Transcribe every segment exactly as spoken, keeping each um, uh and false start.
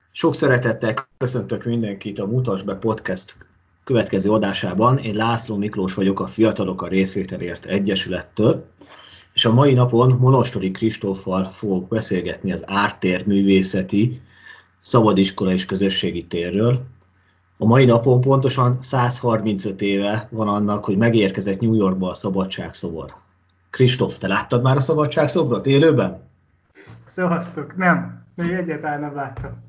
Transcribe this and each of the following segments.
Sok szeretettel köszöntök mindenkit a Mutasd be podcast következő adásában. Én László Miklós vagyok, a Fiatalok a Részvételért Egyesülettől, és a mai napon Monostori Kristóffal fogok beszélgetni az Ártér művészeti szabadiskola és közösségi térről. A mai napon pontosan száz harmincöt éve van annak, hogy megérkezett New Yorkba a Szabadságszobor. Kristóf, te láttad már a Szabadságszobrot élőben? Szevasztok, nem, még egyáltalán nem láttam.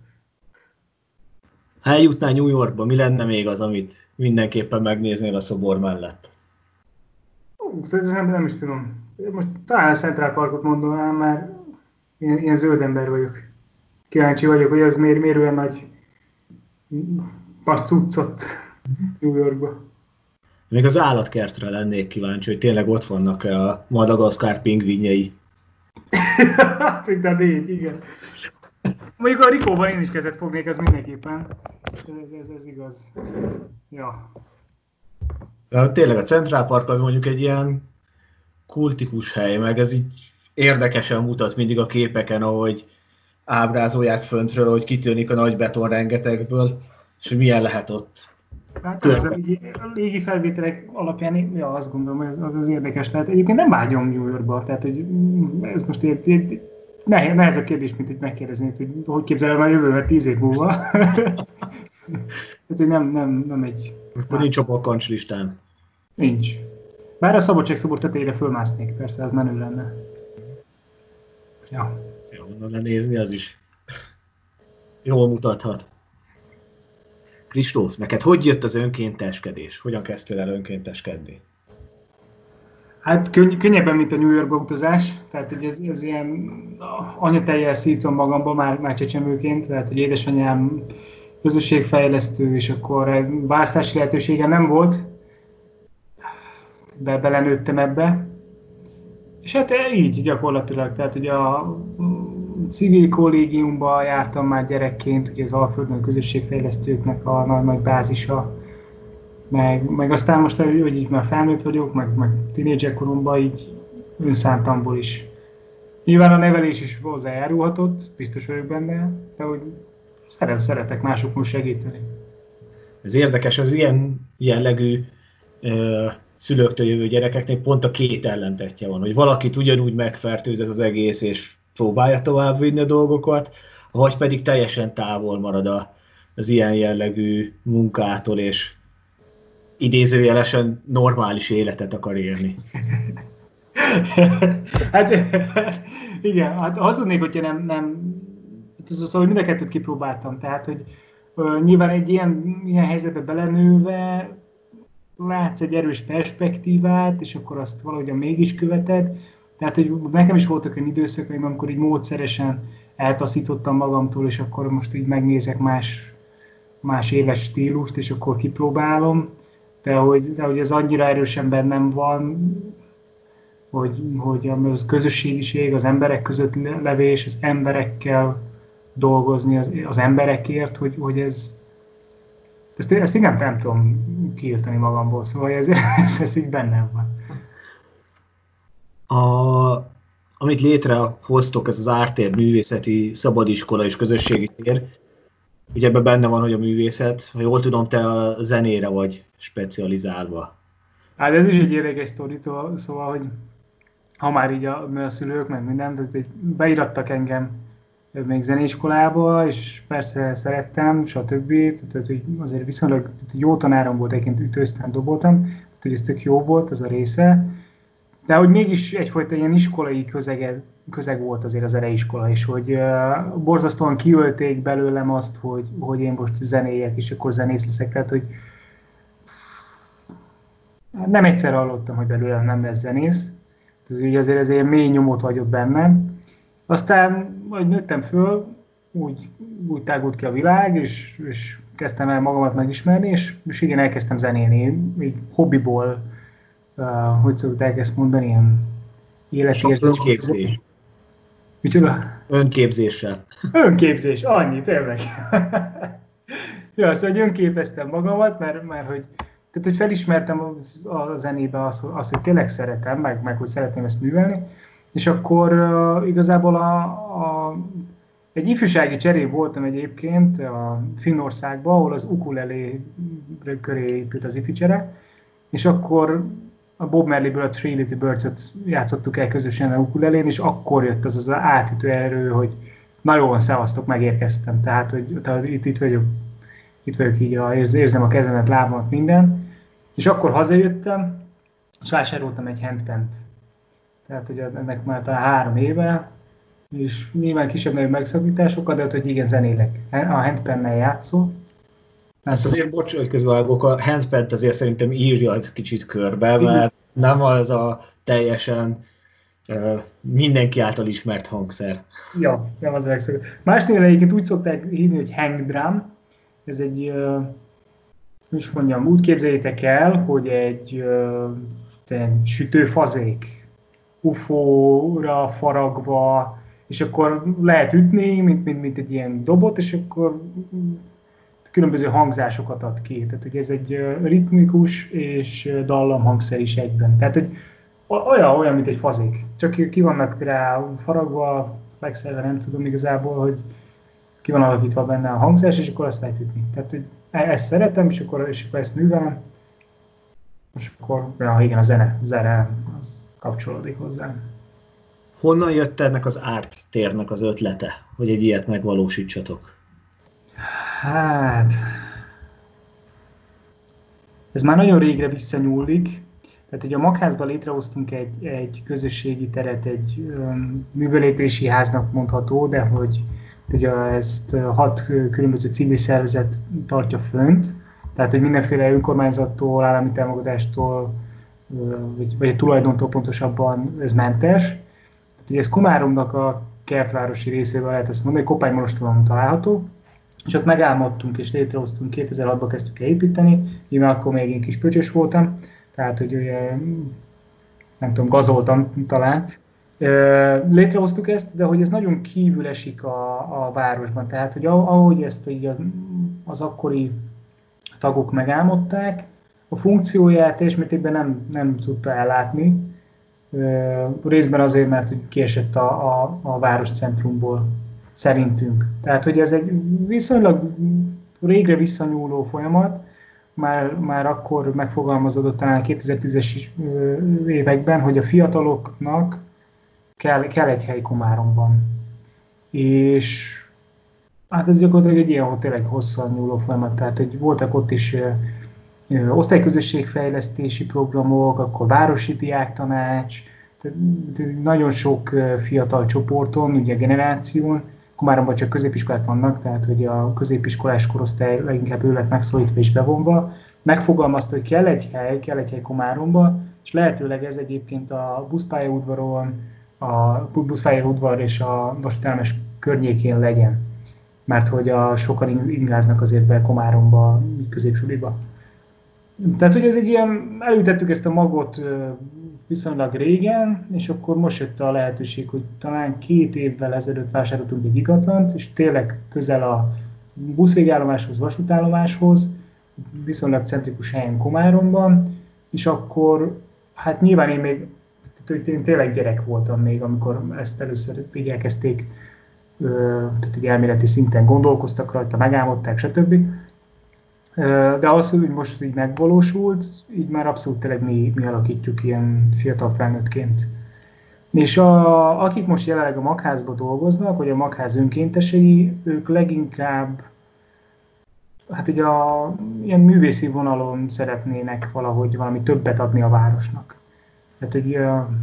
Ha eljutnál New Yorkba, mi lenne még az, amit mindenképpen megnéznél a szobor mellett? Ú, ez nem, nem is tudom. Most talán a Central Parkot mondanám, mert ilyen, ilyen zöld ember vagyok. Kíváncsi vagyok, hogy az miért, miért olyan nagy, nagy cuccot New Yorkba. Még az állatkertre lennék kíváncsi, hogy tényleg ott vannak a Madagaszkár pingvinjei. Hát, mint a négy, igen. Mondjuk a Rikóban én is kezet fognék, ez mindenképpen. Ez, ez, ez igaz. Ja. De tényleg a Central Park az mondjuk egy ilyen kultikus hely, meg ez így érdekesen mutat mindig a képeken, ahogy ábrázolják föntről, hogy kitűnik a nagy beton rengetegből, és hogy milyen lehet ott. Hát ez a légi felvételek alapján, ja, azt gondolom, hogy az, az érdekes lehet. Egyébként nem vágyom New Yorkba, tehát hogy ez most egy, egy nehéz, nehezebb kérdés, mint hogy megkérdezni, hogy hogy képzelem már jövővel tíz év múlva. Tehát, hogy nem, nem, nem egy... Akkor nincs a bakancslistán. Nincs. Bár a Szabadságszobor tetejére fölmásznék, persze, az menő lenne. Ja. Ja, onnan lenézni, az is jól mutathat. Kristóf, neked hogy jött az önkénteskedés? Hogyan kezdtél el önkénteskedni? Hát könny- könnyebben, mint a New Yorkba utazás, tehát hogy ez, ez ilyen anyatejjel szívtam magamba már, már csecsemőként, tehát hogy édesanyám közösségfejlesztő, és akkor választási lehetősége nem volt, de belenőttem ebbe. És hát így gyakorlatilag, tehát ugye a civil kollégiumban jártam már gyerekként, ugye az Alföldön közösségfejlesztőknek a nagy, nagy bázisa, meg, meg aztán most, hogy így már felnőtt vagyok, meg, meg tínédzser koromban így önszántamból is. Nyilván a nevelés is hozzájárulhatott, biztos vagyok benne, de hogy szeret, szeretek másokon segíteni. Ez érdekes, az ilyen jellegű ö, szülőktől jövő gyerekeknek pont a két ellentetje van, hogy valakit ugyanúgy megfertőz ez az egész, és próbálja továbbvinni a dolgokat, vagy pedig teljesen távol marad a, az ilyen jellegű munkától, és idézőjelesen normális életet akar élni. Hát igen, hát hazudnék, hogyha nem, nem szóval mind a kettőt kipróbáltam, tehát hogy uh, nyilván egy ilyen, ilyen helyzetbe belenőve látsz egy erős perspektívát, és akkor azt valahogyan mégis követed. Tehát, hogy nekem is voltak olyan időszakaim, amikor így módszeresen eltaszítottam magamtól, és akkor most így megnézek más, más éles stílust, és akkor kipróbálom. De hogy, de hogy ez annyira erősen bennem van, hogy, hogy az közösségiség, az emberek között levés, az emberekkel dolgozni, az, az emberekért, hogy, hogy ez... Ezt, ezt így nem, nem tudom kiírtani magamból, szóval ez, ez, ez így bennem van. A, amit létrehoztok, ez az Ártér művészeti szabadiskola és közösségi tér, ugye ebben benne van, hogy a művészet, ha jól tudom, te a zenére vagy specializálva. Hát ez is egy érdekes sztori, szóval, hogy ha már így a, a szülők, meg mindent, hogy beirattak engem még zeneiskolába, és persze szerettem, stb. Tehát, hogy azért viszonylag jó tanárom volt, egyébként ütőztem, doboltam, tehát, hogy ez tök jó volt, az a része. De hogy mégis egyfajta ilyen iskolai közege, közeg volt azért az ereiskola is, hogy uh, borzasztóan kiölték belőlem azt, hogy, hogy én most zenéjek, és akkor zenész leszek. Tehát, hogy nem egyszer hallottam, hogy belőlem nem lesz zenész. Tehát, hogy azért ezért mély nyomot hagyott bennem. Aztán majd nőttem föl, úgy, úgy tágult ki a világ, és, és kezdtem el magamat megismerni, és, és igen, elkezdtem zenélni, így hobbiból, uh, hogy szokták ezt mondani, ilyen életérzés. Önképzés. Micsoda? Önképzéssel. Önképzés, annyi, tényleg. Ja, szóval önképeztem magamat, mert, mert hogy, tehát, hogy felismertem a, a zenébe azt, az, hogy tényleg szeretem, meg, meg hogy szeretném ezt művelni, és akkor uh, igazából a, a egy ifjúsági cserén voltam egyébként a Finnországban, ahol az ukulelé köré épült az ifi csere, és akkor a Bob Marleyből a Three Little Birds-et játszottuk el közösen a ukulelén, és akkor jött az az átütő erő, hogy na jó, szevasztok, megérkeztem. Tehát, hogy tehát itt, itt vagyok, itt vagyok így, a, érzem a kezemet, lábamat, minden. És akkor hazajöttem, és vásároltam egy handpant. Tehát, hogy ennek már talán három éve, és nyilván kisebb-nagyobb megszakításokat, de hogy igen, zenélek. A handpannel játszol. Ezt azért, bocs, hogy közvágok, a handpant azért szerintem írja egy kicsit körbe, mert nem az a teljesen uh, mindenki által ismert hangszer. Ja, nem az megszokott. Másnél egyébként úgy szokták hívni, hogy hang drum. Ez egy, uh, is mondjam, úgy képzeljétek el, hogy egy uh, sütőfazék, ufóra faragva, és akkor lehet ütni, mint, mint, mint egy ilyen dobot, és akkor különböző hangzásokat ad ki. Tehát, hogy ez egy ritmikus és dallamhangszer is egyben. Tehát, hogy olyan, olyan, mint egy fazék. Csak ki vannak rá faragva, flexelve, nem tudom igazából, hogy ki van alakítva benne a hangzás, és akkor azt lehet ütni. Tehát, hogy ezt szeretem, és akkor, és akkor ezt művelem, és akkor, ja, igen, a zene, a zene az kapcsolódik hozzá. Honnan jött ennek az Árt térnek az ötlete, hogy egy ilyet megvalósítsatok? Hát, ez már nagyon régre visszanyúlik. Tehát, hogy a Magházban létrehoztunk egy, egy közösségi teret, egy um, művelődési háznak mondható, de hogy ugye ezt hat különböző civil szervezet tartja fönt. Tehát, hogy mindenféle önkormányzattól, állami támogatástól, vagy, vagy a tulajdontól pontosabban ez mentes. Tehát, hogy ez Komáromnak a kertvárosi részével lehet ezt mondani, Kopány-Molostorban található. És ott megálmodtunk és létrehoztunk, kétezer-hatban kezdtük el építeni, mivel akkor még én kis pöcsös voltam, tehát hogy ugye, nem tudom, gazoltam talán. Létrehoztuk ezt, de hogy ez nagyon kívül esik a, a városban, tehát hogy ahogy ezt így az akkori tagok megálmodták, a funkcióját teljes mértékben nem, nem tudta ellátni, részben azért, mert hogy kiesett a, a, a városcentrumból. Szerintünk. Tehát, hogy ez egy viszonylag régre visszanyúló folyamat, már, már akkor megfogalmazódott talán a kétezer-tízes években, hogy a fiataloknak kell, kell egy hely Komáromban. És hát ez gyakorlatilag egy ilyen tényleg hosszan nyúló folyamat, tehát hogy voltak ott is ö, osztályközösségfejlesztési programok, akkor városi diáktanács, nagyon sok fiatal csoporton, ugye generáción, Komáromban csak középiskolák vannak, tehát hogy a középiskolás korosztály leginkább ő lett megszólítva és bevonva. Megfogalmazta, hogy kell egy hely, kell egy hely Komáromban, és lehetőleg ez egyébként a buszpályaudvaron, a buszpályaudvar és a vasútállomás környékén legyen. Mert hogy a sokan ingáznak azért be Komáromba, középsuliba. Tehát, hogy ez egy ilyen, elültettük ezt a magot viszonylag régen, és akkor most jött a lehetőség, hogy talán két évvel ezelőtt vásároltunk egy ingatlant, és tényleg közel a buszvégállomáshoz, vasútállomáshoz, viszonylag centrikus helyen Komáromban, és akkor, hát nyilván én még, én tényleg gyerek voltam még, amikor ezt először így elkezdték, tehát így elméleti szinten gondolkoztak rajta, megálmodták, stb. De az, hogy most így megvalósult, így már abszolút tényleg mi, mi alakítjuk ilyen fiatal felnőttként. És a, akik most jelenleg a Magházban dolgoznak, vagy a Magház önkéntesei, ők leginkább hát ugye a ilyen művészi vonalon szeretnének valahogy valami többet adni a városnak. Hát hogy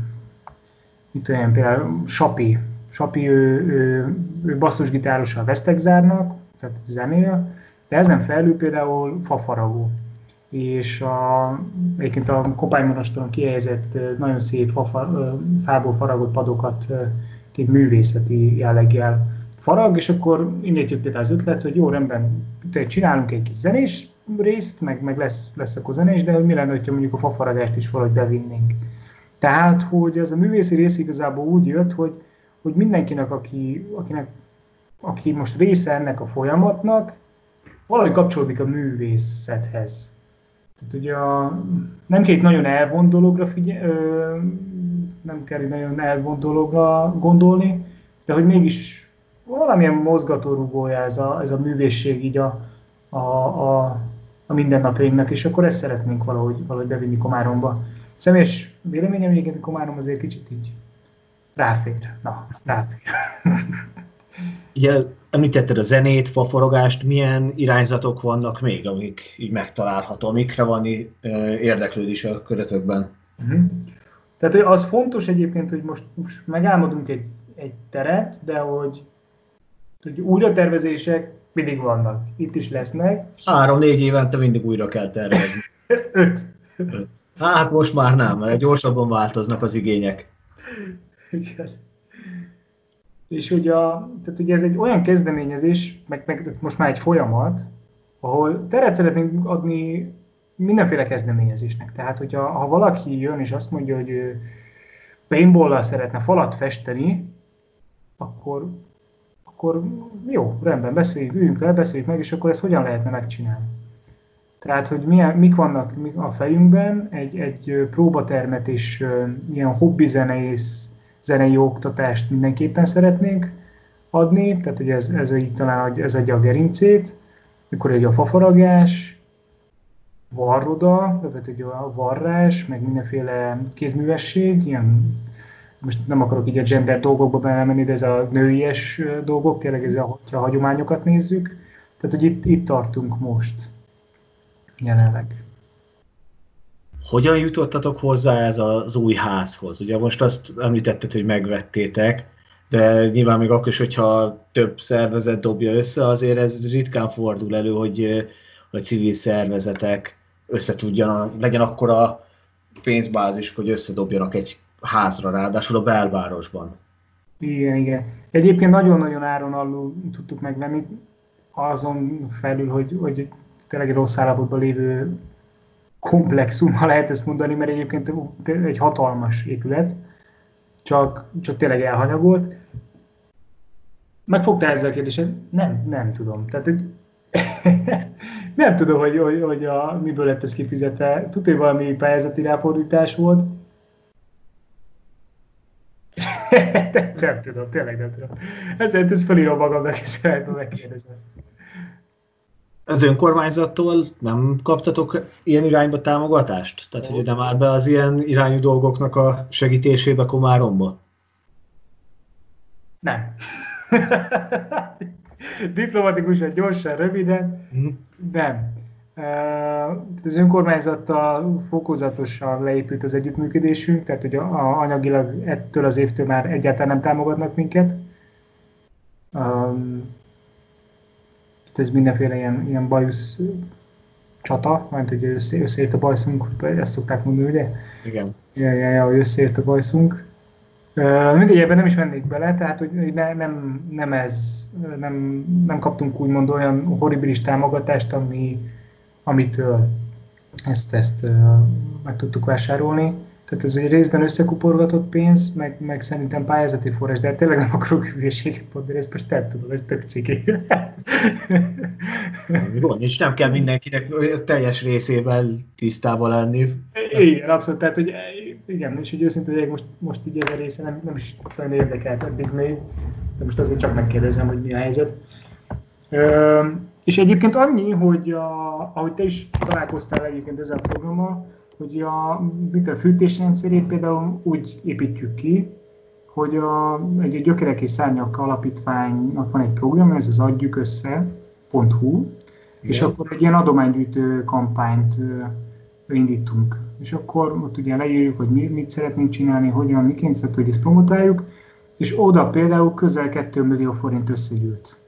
itt olyan például Sapi, Sapi ő, ő, ő basszusgitárossal vesztegzárnak, tehát zenél, de ezen felül például fafaragó. És a, egyébként a Kopány-Monostoron kihelyezett nagyon szép fa, fából faragott padokat egy művészeti jelleggel farag, és akkor innét jött például az ötlet, hogy jó, rendben, csinálunk egy kis zenés részt, meg, meg lesz, lesz akkor zenés, de mi lenne, hogyha mondjuk a fafaragást is valahogy bevinnénk. Tehát, hogy ez a művészi rész igazából úgy jött, hogy, hogy mindenkinek, aki, akinek, aki most része ennek a folyamatnak, valahogy kapcsolódik a művészethez. Tehát ugye a, nem kell itt nagyon elvont dologra figyel, ö, nem kell itt nagyon elvont dologra gondolni, de hogy mégis valamilyen mozgatórugója ez a, ez a művészség így a, a, a, a mindennapjainknak, és akkor ezt szeretnénk valahogy, valahogy bevinni Komáromba. Személyes véleményem egyébként, hogy Komárom azért kicsit így ráfér. Na, ráfér. Ugye említetted a zenét, faforogást, milyen irányzatok vannak még, amik így megtalálható, amikre van érdeklődés a körötökben? Uh-huh. Tehát az fontos egyébként, hogy most, most megálmodunk egy, egy teret, de hogy, hogy újratervezések mindig vannak. Itt is lesznek. Három-négy évente mindig újra kell tervezni. Öt. Hát most már nem, mert gyorsabban változnak az igények. Igen. És ugye, a, tehát ugye ez egy olyan kezdeményezés, meg, meg most már egy folyamat, ahol teret szeretnénk adni mindenféle kezdeményezésnek. Tehát, hogyha ha valaki jön és azt mondja, hogy ő paintball-lal szeretne falat festeni, akkor, akkor jó, rendben, beszéljük, üljünk le, beszéljük meg, és akkor ezt hogyan lehetne megcsinálni. Tehát, hogy milyen, mik vannak a fejünkben, egy, egy próbatermet és ilyen hobbizenész, zenei oktatást mindenképpen szeretnénk adni, tehát hogy ez, ez így talán ez adja a gerincét, mikor egy a fafaragás, varroda, tehát hogy a varrás, meg mindenféle kézművesség, ilyen, most nem akarok így a gender dolgokba belemenni, de ez a nőies dolgok, tényleg ez a, ha a hagyományokat nézzük, tehát hogy itt, itt tartunk most, jelenleg. Hogyan jutottatok hozzá ez az új házhoz? Ugye most azt említetted, hogy megvettétek, de nyilván még akkor is, hogyha több szervezet dobja össze, azért ez ritkán fordul elő, hogy a civil szervezetek összetudjanak, legyen akkora pénzbázis, hogy összedobjanak egy házra, ráadásul a belvárosban. Igen, igen. Egyébként nagyon-nagyon áron alul tudtuk megvenni, azon felül, hogy, hogy tényleg rossz állapotban lévő komplexum, ha lehet ezt mondani, mert egyébként egy hatalmas épület, csak, csak tényleg elhanyagolt. Megfogtál ezzel a kérdéset? Nem, nem tudom. Tehát, hogy nem tudom, hogy, hogy, hogy a, miből lett ez kifizetve. Tudja, hogy valami pályázati ráfordítás volt. nem tudom, tényleg nem tudom. Ezért ezt felírom magamnak, és lehet megkérdezem. Az önkormányzattól nem kaptatok ilyen irányba támogatást? Tehát, hogy nem áll be az ilyen irányú dolgoknak a segítésébe Komáromba? Nem. Diplomatikusan, gyorsan, röviden, mm. nem. Az önkormányzattal fokozatosan leépült az együttműködésünk, tehát hogy a, anyagilag ettől az évtől már egyáltalán nem támogatnak minket. Um, ez mindenféle ilyen, ilyen bajusz csata, mert hogy össze, összeért a bajszunk, ezt szokták mondani, ugye? Igen. Ja, ja, ja, hogy összeért a bajszunk. Uh, mindegy, ebben nem is mennék bele, tehát hogy ne, nem, nem ez, nem, nem kaptunk úgymond olyan horribilis támogatást, ami, amitől ezt, ezt uh, meg tudtuk vásárolni. Tehát ez egy részben összekuporgatott pénz, meg, meg szerintem pályázati forrás, de tényleg nem akarok hülyeséget mondani, ezt most nem tudom, ez tök ciki. Gond, és nem kell mindenkinek teljes részében tisztában lenni. Igen, abszolút, tehát hogy igen, és hogy őszintén, hogy most, most így ez a része nem, nem is nagyon érdekelt eddig még, de most azért csak megkérdezem, hogy mi a helyzet. Ö, és egyébként annyi, hogy a, ahogy te is találkoztál egyébként ezzel a programmal, hogy a, a fűtésrendszerét például úgy építjük ki, hogy a, egy, egy Gyökerek és Szárnyak Alapítványnak van egy program, ez az adjuk össze pont hu, és akkor egy ilyen adománygyűjtő kampányt ö, indítunk. És akkor ott ugye leírjuk, hogy mi, mit szeretnénk csinálni, hogyan, miként, tehát, hogy ezt promotáljuk, és oda például közel két millió forint összegyűlt.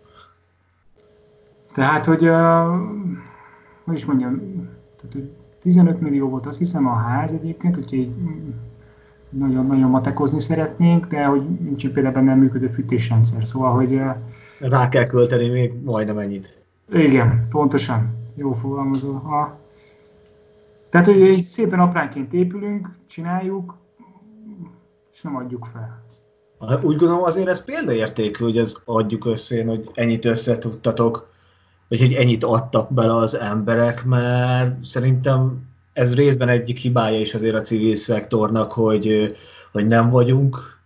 Tehát, hogy, uh, hogy is mondjam, tehát, hogy tizenöt millió volt, azt hiszem a ház egyébként, úgyhogy nagyon-nagyon matekozni szeretnénk, de hogy nincs például nem működő fűtésrendszer, szóval, hogy... Uh, rá kell költeni még majdnem ennyit. Igen, pontosan. Jó fogalmazó. Ha. Tehát, hogy így szépen apránként épülünk, csináljuk, és nem adjuk fel. Úgy gondolom azért ez példaértékű, hogy ez adjuk össze, hogy ennyit összetudtatok, vagy hogy ennyit adtak bele az emberek, mert szerintem ez részben egyik hibája is azért a civil szektornak, hogy, hogy nem vagyunk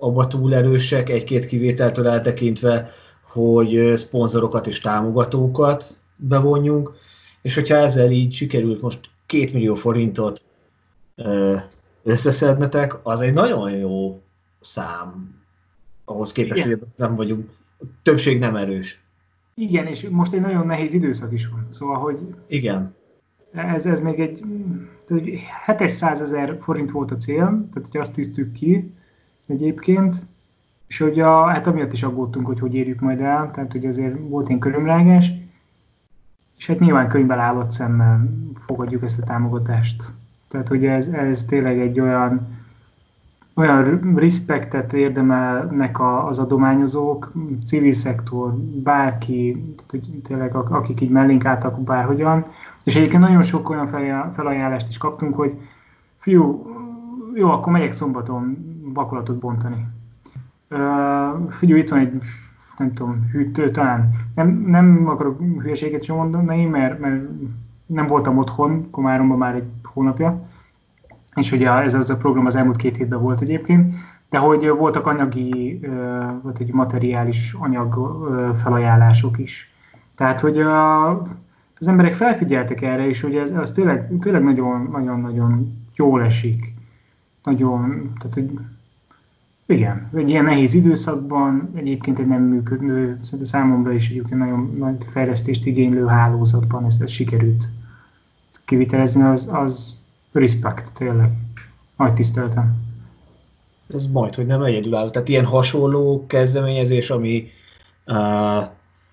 abba túl erősek, egy-két kivételtől eltekintve, hogy szponzorokat és támogatókat bevonjunk, és hogyha ezzel így sikerült most két millió forintot összeszednetek, az egy nagyon jó szám ahhoz képest, Igen. hogy nem vagyunk, a többség nem erős. Igen, és most egy nagyon nehéz időszak is van. Szóval, hogy Igen. ez, ez még egy hétszázezer forint volt a cél, tehát hogy azt tűztük ki egyébként, és hogy a, hát amiatt is aggódtunk, hogy hogy érjük majd el, tehát hogy azért volt ilyen körömrágás, és hát nyilván könyvben állott szemmel fogadjuk ezt a támogatást. Tehát, hogy ez, ez tényleg egy olyan, olyan respektet érdemelnek az adományozók, civil szektor, bárki, tényleg akik így mellénk álltak bárhogyan. És egyébként nagyon sok olyan felajánlást is kaptunk, hogy fiú, jó, akkor megyek szombaton vakolatot bontani. Uh, figyelj, itt van egy, nem tudom, hűtő talán. Nem, nem akarok hülyeséget sem mondani, mert, mert nem voltam otthon, Komáromban már egy hónapja, és ugye ez az a program az elmúlt két hétben volt egyébként, de hogy voltak anyagi, vagy egy materiális anyag felajánlások is. Tehát, hogy az emberek felfigyeltek erre, és hogy ez, ez tényleg, tényleg nagyon, nagyon, nagyon jól esik. Nagyon, tehát, hogy igen, egy ilyen nehéz időszakban, egyébként egy nem működő, szerintem számomra is egyébként nagyon nagy fejlesztést igénylő hálózatban ezt, ezt sikerült kivitelezni, az, az respect, tényleg. Nagy tiszteletem. Ez majd, hogy nem egyedülálló. Tehát ilyen hasonló kezdeményezés, ami, uh,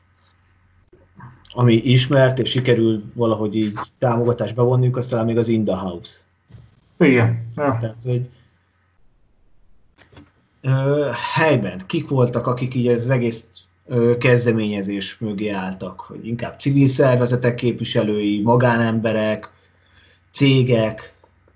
ami ismert, és sikerül valahogy így támogatást bevonnunk, azt talán még az In the House. Igen. Ja. Tehát, hogy uh, helyben kik voltak, akik így az egész uh, kezdeményezés mögé álltak? Hogy inkább civil szervezetek képviselői, magánemberek, cégek?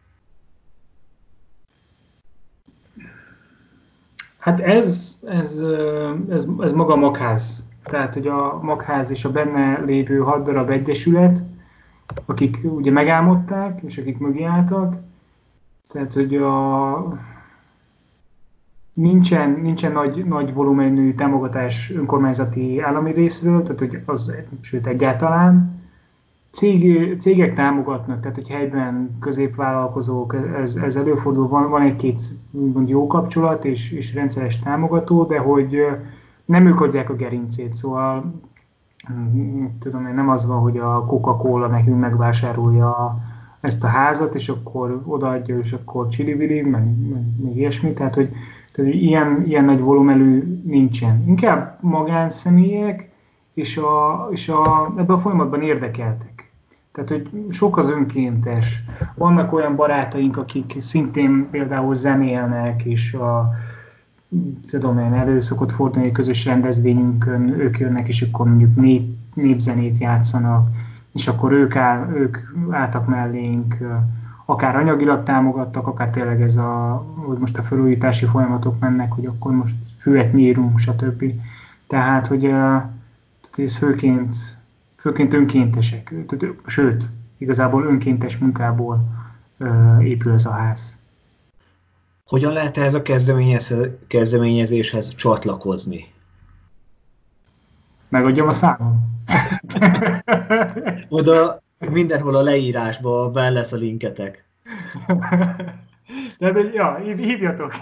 Hát ez, ez, ez, ez maga a Magház. Tehát, hogy a Magház és a benne lévő hat darab egyesület, akik ugye megálmodták, és akik mögé álltak. Tehát, hogy a, nincsen, nincsen nagy, nagy volumenű támogatás önkormányzati állami részről, tehát, hogy az, sőt egyáltalán. Cég, cégek támogatnak, tehát hogy helyben középvállalkozók, ez, ez előfordul, van, van egy-két jó kapcsolat és, és rendszeres támogató, de hogy nem ők adják a gerincét, szóval tudom én, nem az van, hogy a Coca-Cola nekünk megvásárolja ezt a házat, és akkor odaadja, és akkor csili-vili, meg, meg, meg ilyesmi, tehát hogy, tehát, hogy ilyen, ilyen nagy volumenű nincsen. Inkább magánszemélyek, és, a, és a, ebben a folyamatban érdekeltek. Tehát, hogy sok az önkéntes. Vannak olyan barátaink, akik szintén például zenélnek, és a, tudom én, elő szokott fordulni egy közös rendezvényünkön, ők jönnek, és akkor mondjuk nép, népzenét játszanak, és akkor ők, áll, ők álltak mellénk, akár anyagilag támogattak, akár tényleg ez a, hogy most a felújítási folyamatok mennek, hogy akkor most füvet nyírunk, stb. Tehát, hogy ez főként, főként önkéntesek, sőt, igazából önkéntes munkából épül ez a ház. Hogyan lehet ehhez a kezdeményezéshez csatlakozni? Megadjam a számom. Oda mindenhol a leírásban benne lesz a linketek. De, de ja, hívjatok.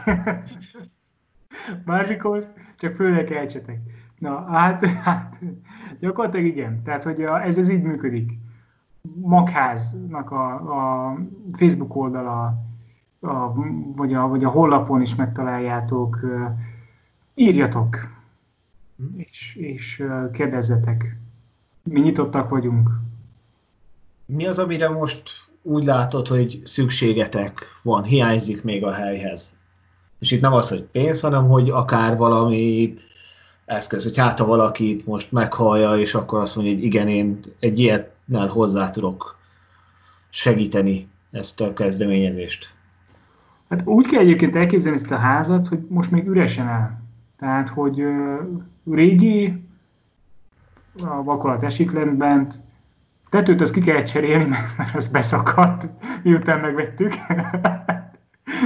Bármikor, csak föl keltsetek. Na, hát, hát gyakorlatilag igen. Tehát, hogy ez, ez így működik. Magháznak a, a Facebook oldala, a, vagy, a, vagy a honlapon is megtaláljátok. Írjatok, és, és kérdezzetek. Mi nyitottak vagyunk. Mi az, amire most úgy látod, hogy szükségetek van, hiányzik még a helyhez? És itt nem az, hogy pénz, hanem hogy akár valami eszköz, hogy hát ha valaki most meghallja, és akkor azt mondja, hogy igen, én egy ilyetnel hozzá tudok segíteni ezt a kezdeményezést. Hát úgy kell egyébként elképzelni ezt a házat, hogy most még üresen áll. Tehát, hogy uh, régi, a vakolat esik lent bent, tetőt azt ki kell cserélni, mert az beszakadt, miután megvettük.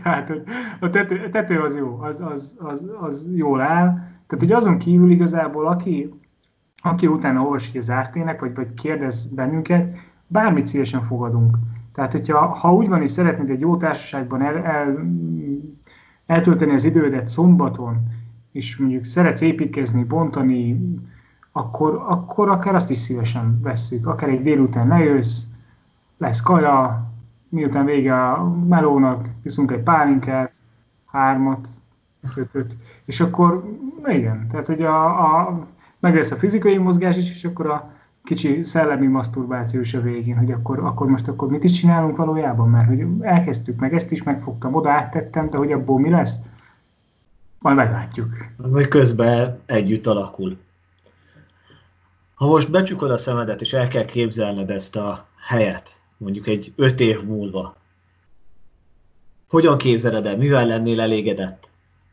Tehát a tető, a tető az jó, az, az, az, az jól áll. Tehát, hogy azon kívül igazából, aki, aki utána olvasik az ártének, vagy, vagy kérdez bennünket, bármit szívesen fogadunk. Tehát, hogyha ha úgy van, és szeretnéd egy jó társaságban el, el, eltölteni az idődet szombaton, és mondjuk szeretsz építkezni, bontani, akkor, akkor akár azt is szívesen vesszük. Akár egy délután lejössz, lesz kaja, miután vége a melónak, viszunk egy pálinkát, hármat, ötöt, és akkor igen, tehát hogy a, a, meg lesz a fizikai mozgás is, és akkor a kicsi szellemi maszturbáció is a végén, hogy akkor, akkor most akkor mit is csinálunk valójában, mert hogy elkezdtük, meg ezt is megfogtam, oda áttettem, de hogy abból mi lesz, majd meglátjuk. Vagy közben együtt alakul. Ha most becsukod a szemedet, és el kell képzelned ezt a helyet, mondjuk egy öt év múlva, hogyan képzeled el, mivel lennél elégedett?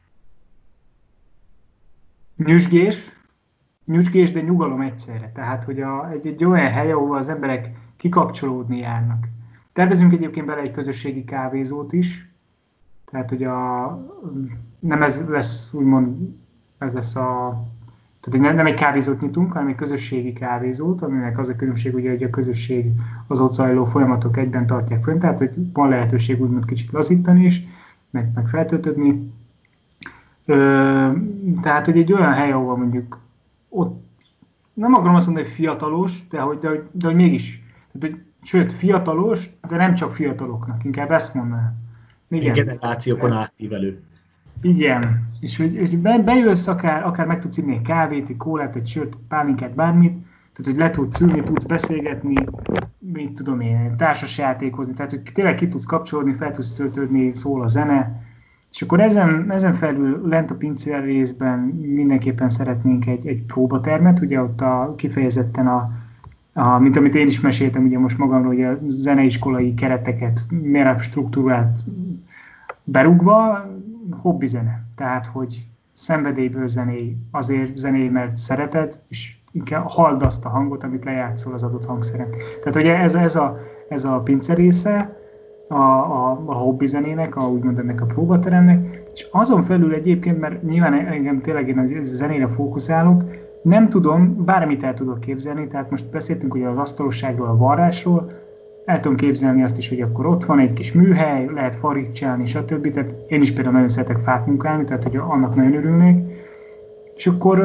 Nyüzsgés, nyüzsgés, de nyugalom egyszerre. Tehát, hogy a, egy, egy olyan hely, ahol az emberek kikapcsolódni járnak. Tervezünk egyébként bele egy közösségi kávézót is, tehát, hogy a, nem ez lesz, úgymond, ez lesz a, tehát nem, nem egy kávézót nyitunk, hanem egy közösségi kávézót, aminek az a különbség, ugye, hogy a közösség az ott zajló folyamatok egyben tartják fönn, tehát, hogy van lehetőség úgymond kicsit lazítani is, meg, meg feltöltödni. Ö, tehát, hogy egy olyan hely, ahol mondjuk ott, nem akarom azt mondani, hogy fiatalos, de hogy, de, hogy, de, hogy mégis, tehát, hogy, sőt, fiatalos, de nem csak fiataloknak, inkább ezt mondanám. Igen. Generációkon átívelő. Igen, és hogy, hogy be, bejössz, akár, akár meg tudsz inni egy kávét, egy kólát, egy sört, egy pálinkát, bármit, tehát hogy le tudsz ülni, tudsz beszélgetni, mit tudom én, társasjátékozni, tehát hogy tényleg ki tudsz kapcsolódni, fel tudsz töltődni, szól a zene, és akkor ezen, ezen felül lent a pincér részben mindenképpen szeretnénk egy, egy próbatermet, ugye ott a, kifejezetten a, a, mint amit én is meséltem ugye most magamról, hogy a zeneiskolai kereteket, mélyebb struktúrát berúgva, hobbi zene. Tehát, hogy szenvedélyből zenéj, azért zenéj, mert szereted, és inkább halld azt a hangot, amit lejátszol az adott hangszeren. Tehát, ugye ez, ez, a, ez a pince része a, a, a hobbi zenének, a, úgymond ennek a próbateremnek, és azon felül egyébként, mert nyilván engem tényleg én a zenére fókuszálok, nem tudom, bármit el tudok képzelni, tehát most beszéltünk ugye az asztalosságról, a varrásról, el tudom képzelni azt is, hogy akkor ott van egy kis műhely, lehet farig csinálni, stb. Tehát én is például nagyon szeretek fát munkálni, tehát hogy annak nagyon örülnék. És akkor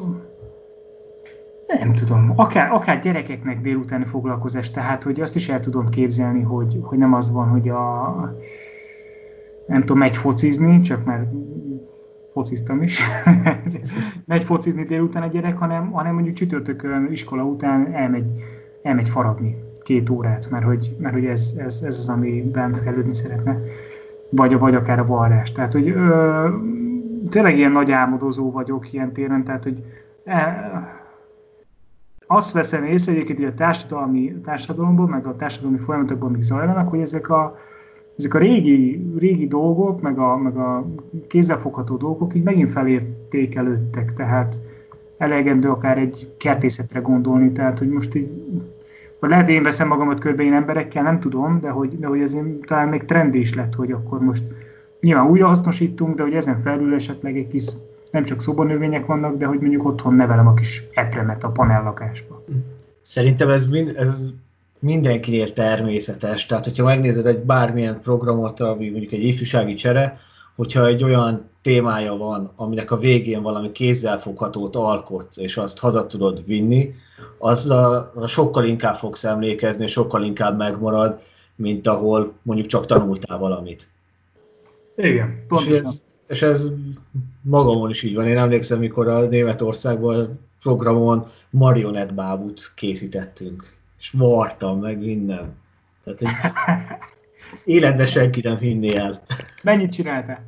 nem tudom, akár, akár gyerekeknek délutáni foglalkozás, tehát hogy azt is el tudom képzelni, hogy, hogy nem az van, hogy a nem tudom, megy focizni, csak mert fociztam is, megy focizni délután a gyerek, hanem, hanem mondjuk csütörtökön iskola után elmegy, elmegy faragni két órát, mert hogy, mert hogy ez, ez, ez az, amiben fejlődni szeretne, vagy, vagy akár a varrás. Tehát, hogy ö, tényleg ilyen nagy álmodozó vagyok ilyen téren, tehát, hogy e, azt veszem észre egyébként, hogy a társadalmi, társadalomban, meg a társadalmi folyamatokban még zajlanak, hogy ezek a, ezek a régi, régi dolgok, meg a, meg a kézzelfogható dolgok így megint felértékelődtek, tehát elegendő akár egy kertészetre gondolni, tehát, hogy most így vagy lehet, én veszem magamat körbe én emberekkel, nem tudom, de hogy, de hogy ez talán még trend is lett, hogy akkor most nyilván újra hasznosítunk, de hogy ezen felül esetleg egy kis, nem csak szobanövények vannak, de hogy mondjuk otthon nevelem a kis epremet a panellakásba. Szerintem ez, mind, ez mindenkinél természetes, tehát hogyha megnézed egy bármilyen programot, ami mondjuk egy ifjúsági csere, hogyha egy olyan témája van, aminek a végén valami kézzelfoghatót alkotsz, és azt haza tudod vinni, azzal sokkal inkább fogsz emlékezni, és sokkal inkább megmarad, mint ahol mondjuk csak tanultál valamit. Igen, pontosan. És ez, és ez magamon is így van. Én emlékszem, mikor a Németországban programon marionettbábút készítettünk, és vartam meg minden. Tehát egy életben senki nem hinné el. Mennyit csináltál?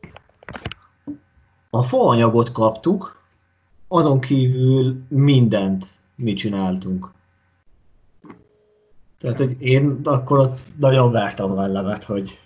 A faanyagot kaptuk, azon kívül mindent mi csináltunk. Tehát, hogy én akkor ott nagyon vertem a mellemet, hogy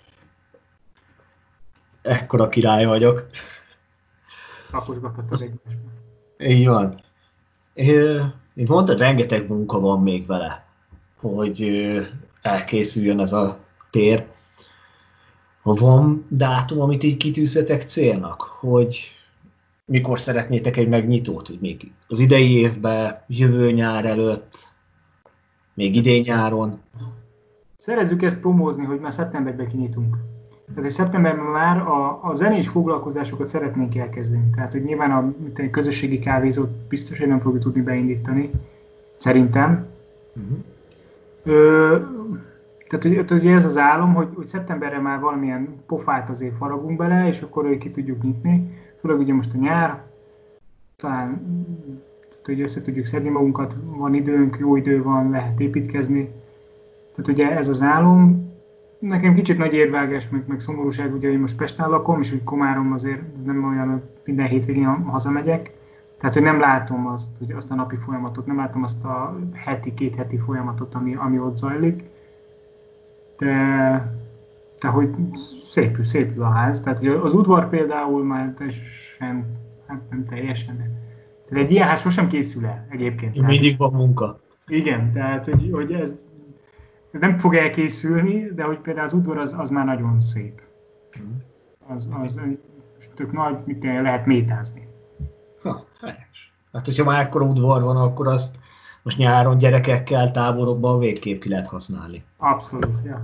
ekkora király vagyok. Rakosgathatod egymásba. Így van. Én mondtad, rengeteg munka van még vele, hogy elkészüljön ez a tér. Ha van dátum, amit így kitűzzetek célnak, hogy mikor szeretnétek egy megnyitót, hogy még az idei évben, jövő nyár előtt, még idén nyáron? Szerezzük ezt promózni, hogy már szeptemberben kinyitunk. Tehát, hogy szeptemberben már a, a zenés foglalkozásokat szeretnénk elkezdeni. Tehát, hogy nyilván a, a közösségi kávézót biztos, hogy nem fogjuk tudni beindítani. Szerintem. Uh-huh. Ö, tehát, hogy, hogy ez az álom, hogy, hogy szeptemberre már valamilyen pofát azért faragunk bele, és akkor ki tudjuk nyitni. Főleg ugye most a nyár, talán hogy össze tudjuk szedni magunkat, van időnk, jó idő van, lehet építkezni. Tehát ugye ez az álom. Nekem kicsit nagy érvágás, meg, meg szomorúság, ugye, hogy most Pesten lakom, és hogy Komárom azért nem olyan, hogy minden hétvégén hazamegyek. Tehát, hogy nem látom azt, hogy azt a napi folyamatot, nem látom azt a heti, két heti folyamatot, ami, ami ott zajlik. De, de hogy szépül, szépül a ház. Tehát, hogy az udvar például már teljesen, hát nem teljesen, de, de egy ilyen ház sosem készül el egyébként. Tehát, mindig van munka. Igen, tehát, hogy, hogy ez, ez nem fog elkészülni, de hogy például az udvar az, az már nagyon szép. Az, az tök nagy, mit lehet métázni. Ha, helyes. Hát, hogyha már ekkora udvar van, akkor azt most nyáron gyerekekkel, táborokban végképp ki lehet használni. Abszolút, ja.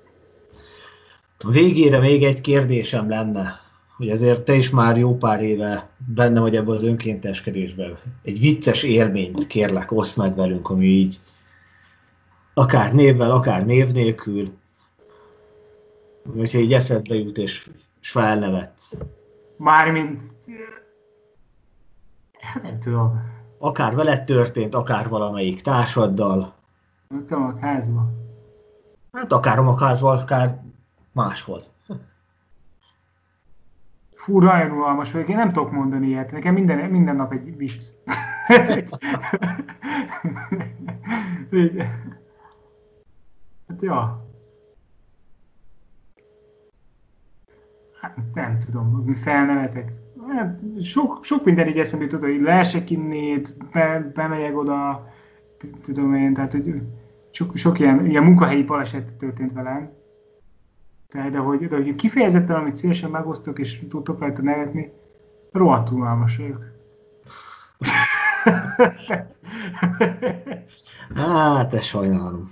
A végére még egy kérdésem lenne, hogy azért te is már jó pár éve benne vagy ebben az önkénteskedésben. Egy vicces élményt kérlek, oszd meg velünk, ami így akár névvel, akár név nélkül, hogyha így eszedbe jut és, és felnevetsz. Mármint, hát nem tudom. Akár veled történt, akár valamelyik társaddal. Nem tudom, a házban. Hát akár a magházban, akár máshol. Fú, nagyon unalmas vagyok, én nem tudok mondani ilyet. Nekem minden, minden nap egy vicc. Hát ja. Hát nem tudom, felnevetek. Hát, sok, sok minden így eszembe jutott, hogy leesek innét, be, bemegyek oda, tudom én, tehát hogy sok, sok ilyen, ilyen munkahelyi baleset történt velem. De, de, hogy, de hogy kifejezetten, amit szívesen megosztok, és tudtok rajta nevetni, rohadt unalmas vagyok. Hát, ez sajnálom.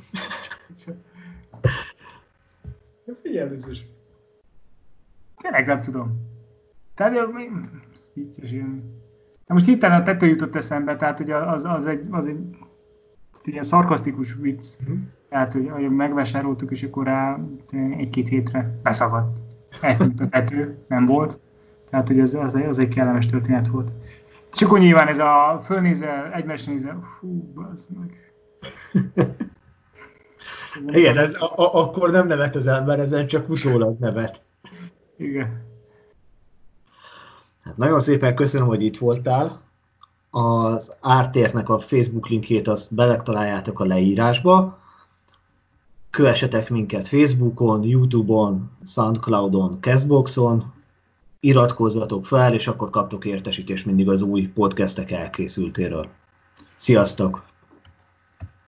Figyelj, biztos. Tényleg nem tudom. Tehát, vicces ilyen. Na most hirtelen a tető jutott eszembe, tehát hogy az, az, egy, az egy ilyen szarkasztikus vicc. Mm. Tehát, hogy, hogy megvásároltuk, és akkor rá egy-két hétre beszagadt. Eltűnt a tető, nem volt. Tehát, hogy ez, az, az egy kellemes történet volt. És akkor nyilván ez a fölnézel, egymásra nézel, fú, bazd meg. Igen, ez, a, a, akkor nem nevet az ember, ezen csak utólag nevet. Igen. Hát nagyon szépen köszönöm, hogy itt voltál. Az Ártérnek a Facebook linkjét azt beletaláljátok a leírásba. Kövessetek minket Facebookon, YouTube-on, Soundcloudon, Castboxon. Iratkozzatok fel, és akkor kaptok értesítést mindig az új podcastek elkészültéről. Sziasztok!